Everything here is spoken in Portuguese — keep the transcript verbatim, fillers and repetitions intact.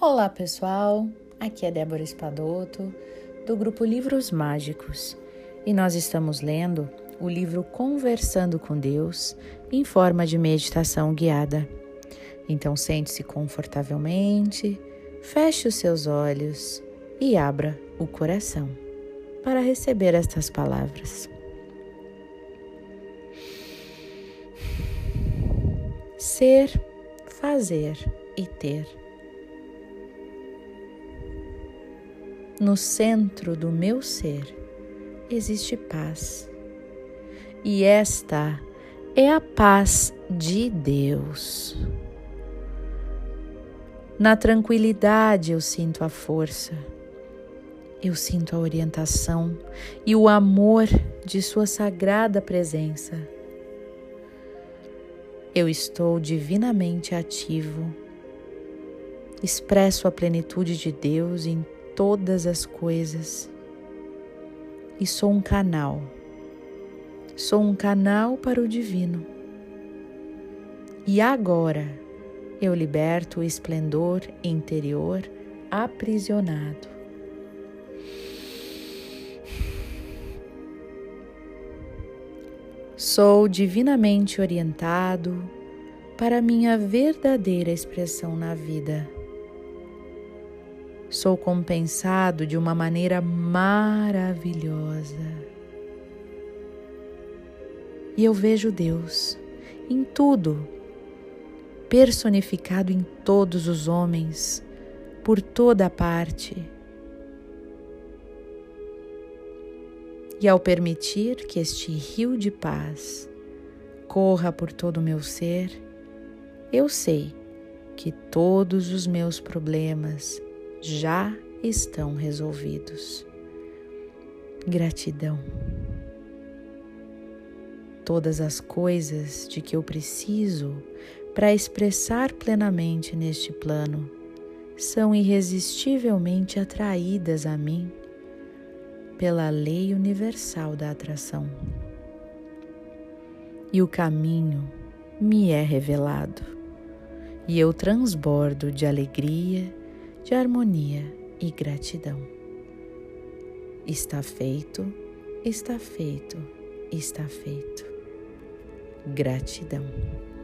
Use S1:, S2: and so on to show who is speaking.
S1: Olá pessoal, aqui é Débora Espadoto do grupo Livros Mágicos e nós estamos lendo o livro Conversando com Deus em forma de meditação guiada. Então sente-se confortavelmente, feche os seus olhos e abra o coração para receber estas palavras. Ser, fazer e ter. No centro do meu ser existe paz, e esta é a paz de Deus. Na tranquilidade eu sinto a força, eu sinto a orientação e o amor de Sua sagrada presença. Eu estou divinamente ativo, expresso a plenitude de Deus em todas as coisas e sou um canal, sou um canal para o divino. E agora eu liberto o esplendor interior aprisionado. Sou divinamente orientado para minha verdadeira expressão na vida. Sou compensado de uma maneira maravilhosa. E eu vejo Deus em tudo, personificado em todos os homens, por toda parte. E ao permitir que este rio de paz corra por todo o meu ser, eu sei que todos os meus problemas já estão resolvidos. Gratidão. Todas as coisas de que eu preciso para expressar plenamente neste plano são irresistivelmente atraídas a mim pela lei universal da atração. E o caminho me é revelado, e eu transbordo de alegria, de harmonia e gratidão. Está feito, está feito, está feito. Gratidão.